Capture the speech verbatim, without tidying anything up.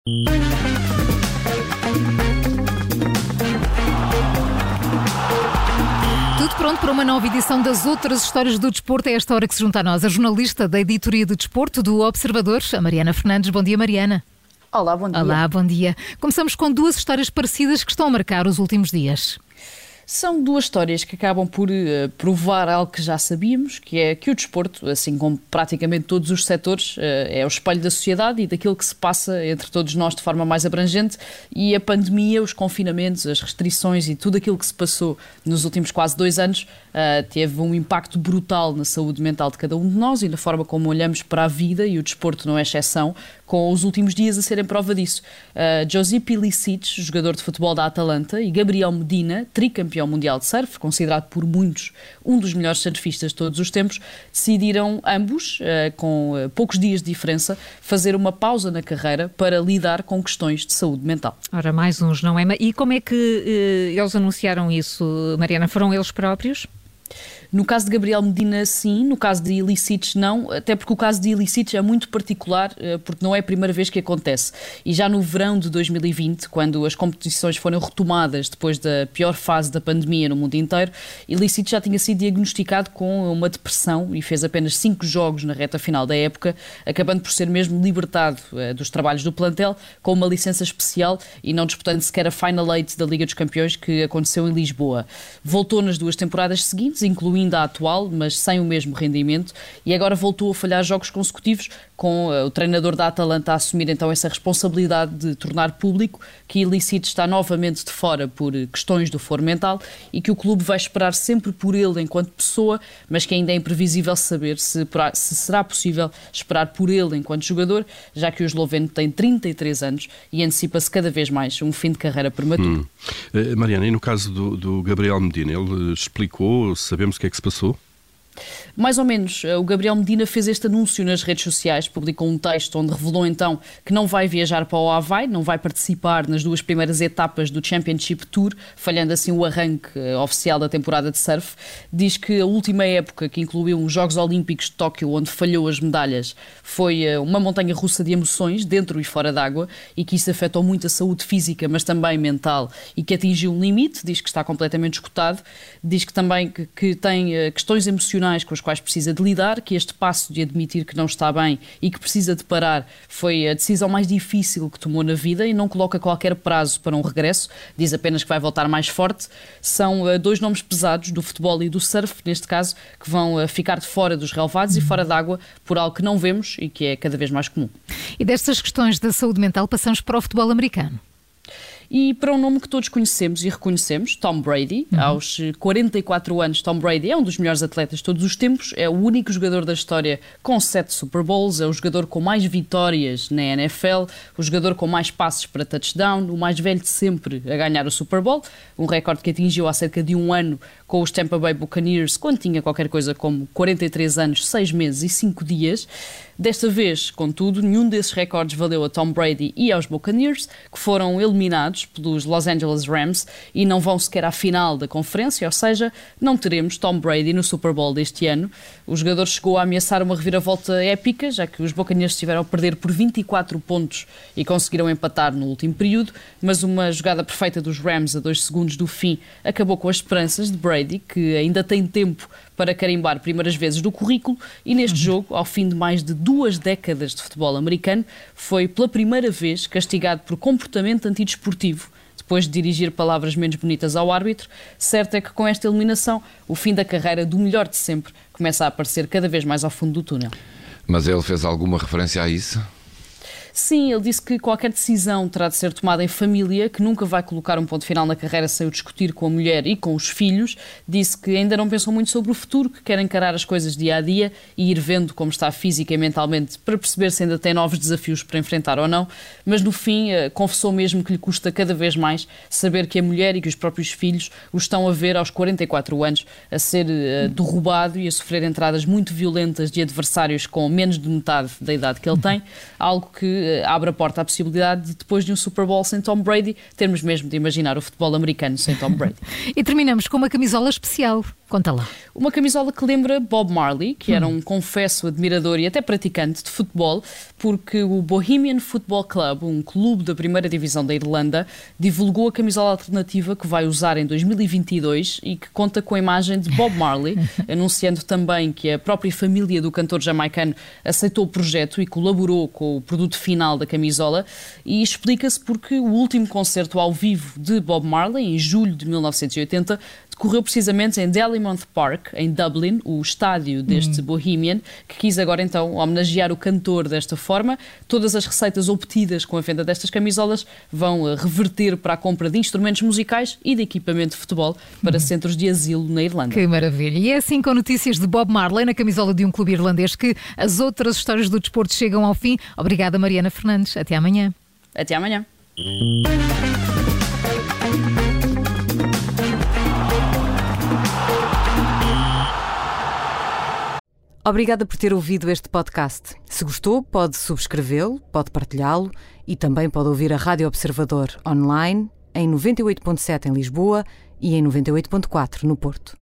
Tudo pronto para uma nova edição das Outras Histórias do Desporto. É esta hora que se junta a nós a jornalista da Editoria de Desporto do Observador, a Mariana Fernandes. Bom dia, Mariana. Olá, bom dia. Olá, bom dia. Começamos com duas histórias parecidas que estão a marcar os últimos dias. São duas histórias que acabam por uh, provar algo que já sabíamos, que é que o desporto, assim como praticamente todos os setores, uh, é o espelho da sociedade e daquilo que se passa entre todos nós de forma mais abrangente, e a pandemia, os confinamentos, as restrições e tudo aquilo que se passou nos últimos quase dois anos uh, teve um impacto brutal na saúde mental de cada um de nós e na forma como olhamos para a vida, e o desporto não é exceção, com os últimos dias a serem prova disso. Uh, Josip Ilicic, jogador de futebol da Atalanta, e Gabriel Medina, tricampeão mundial de surf, considerado por muitos um dos melhores surfistas de todos os tempos, decidiram ambos, uh, com uh, poucos dias de diferença, fazer uma pausa na carreira para lidar com questões de saúde mental. Ora, mais uns, não é? E como é que uh, eles anunciaram isso, Mariana? Foram eles próprios? No caso de Gabriel Medina, sim. No caso de Ilicic, não. Até porque o caso de Ilicic é muito particular, porque não é a primeira vez que acontece. E já no verão de dois mil e vinte, quando as competições foram retomadas depois da pior fase da pandemia no mundo inteiro, Ilicic já tinha sido diagnosticado com uma depressão e fez apenas cinco jogos na reta final da época, acabando por ser mesmo libertado uh, dos trabalhos do plantel com uma licença especial e não disputando sequer a Final Eight da Liga dos Campeões, que aconteceu em Lisboa. Voltou nas duas temporadas seguintes, incluindo ainda a atual, mas sem o mesmo rendimento, e agora voltou a falhar jogos consecutivos, com uh, o treinador da Atalanta a assumir então essa responsabilidade de tornar público que Ilicic está novamente de fora por questões do foro mental e que o clube vai esperar sempre por ele enquanto pessoa, mas que ainda é imprevisível saber se, se será possível esperar por ele enquanto jogador, já que o esloveno tem trinta e três anos e antecipa-se cada vez mais um fim de carreira prematuro. Hum. Uh, Mariana, e no caso do, do Gabriel Medina, ele explicou, sabemos o que é que se passou? Mais ou menos. O Gabriel Medina fez este anúncio nas redes sociais, publicou um texto onde revelou então que não vai viajar para o Havaí, não vai participar nas duas primeiras etapas do Championship Tour, falhando assim o arranque oficial da temporada de surf. Diz que a última época, que incluiu os Jogos Olímpicos de Tóquio, onde falhou as medalhas, foi uma montanha russa de emoções, dentro e fora d'água, e que isso afetou muito a saúde física, mas também mental, e que atingiu um limite. Diz que está completamente esgotado. Diz que também que, que tem questões emocionais com as quais precisa de lidar, que este passo de admitir que não está bem e que precisa de parar foi a decisão mais difícil que tomou na vida, e não coloca qualquer prazo para um regresso, diz apenas que vai voltar mais forte. São uh, dois nomes pesados do futebol e do surf, neste caso, que vão uh, ficar de fora dos relevados e fora d'água por algo que não vemos e que é cada vez mais comum. E destas questões da saúde mental passamos para o futebol americano. E para um nome que todos conhecemos e reconhecemos, Tom Brady. Uhum. Aos quarenta e quatro anos, Tom Brady é um dos melhores atletas de todos os tempos, é o único jogador da história com sete Super Bowls, é o jogador com mais vitórias na N F L, o jogador com mais passes para touchdown, o mais velho de sempre a ganhar o Super Bowl, um recorde que atingiu há cerca de um ano com os Tampa Bay Buccaneers, quando tinha qualquer coisa como quarenta e três anos, seis meses e cinco dias. Desta vez, contudo, nenhum desses recordes valeu a Tom Brady e aos Buccaneers, que foram eliminados pelos Los Angeles Rams e não vão sequer à final da conferência, ou seja, não teremos Tom Brady no Super Bowl deste ano. O jogador chegou a ameaçar uma reviravolta épica, já que os Buccaneers tiveram a perder por vinte e quatro pontos e conseguiram empatar no último período, mas uma jogada perfeita dos Rams a dois segundos do fim acabou com as esperanças de Brady, que ainda tem tempo para carimbar primeiras vezes do currículo, e neste jogo, ao fim de mais de duas décadas de futebol americano, foi pela primeira vez castigado por comportamento antidesportivo, depois de dirigir palavras menos bonitas ao árbitro. Certo é que com esta eliminação, o fim da carreira do melhor de sempre começa a aparecer cada vez mais ao fundo do túnel. Mas ele fez alguma referência a isso? Sim, ele disse que qualquer decisão terá de ser tomada em família, que nunca vai colocar um ponto final na carreira sem o discutir com a mulher e com os filhos. Disse que ainda não pensou muito sobre o futuro, que quer encarar as coisas dia a dia e ir vendo como está física e mentalmente para perceber se ainda tem novos desafios para enfrentar ou não. Mas no fim, confessou mesmo que lhe custa cada vez mais saber que a mulher e que os próprios filhos o estão a ver aos quarenta e quatro anos a ser uh, derrubado e a sofrer entradas muito violentas de adversários com menos de metade da idade que ele tem, algo que abre a porta à possibilidade de, depois de um Super Bowl sem Tom Brady, termos mesmo de imaginar o futebol americano sem Tom Brady. E terminamos com uma camisola especial. Conta lá. Uma camisola que lembra Bob Marley, que era um, confesso, admirador e até praticante de futebol, porque o Bohemian Football Club, um clube da primeira divisão da Irlanda, divulgou a camisola alternativa que vai usar em dois mil e vinte e dois e que conta com a imagem de Bob Marley, anunciando também que a própria família do cantor jamaicano aceitou o projeto e colaborou com o produto final da camisola, e explica-se porque o último concerto ao vivo de Bob Marley, em julho de mil novecentos e oitenta, decorreu precisamente em Dalymount Park, em Dublin, o estádio deste hum. Bohemian, que quis agora então homenagear o cantor desta forma. Todas as receitas obtidas com a venda destas camisolas vão uh, reverter para a compra de instrumentos musicais e de equipamento de futebol para hum. centros de asilo na Irlanda. Que maravilha! E é assim, com notícias de Bob Marley na camisola de um clube irlandês, que as outras histórias do desporto chegam ao fim. Obrigada, Mariana Fernandes. Até amanhã. Até amanhã. Obrigada por ter ouvido este podcast. Se gostou, pode subscrevê-lo, pode partilhá-lo e também pode ouvir a Rádio Observador online em noventa e oito ponto sete em Lisboa e em noventa e oito ponto quatro no Porto.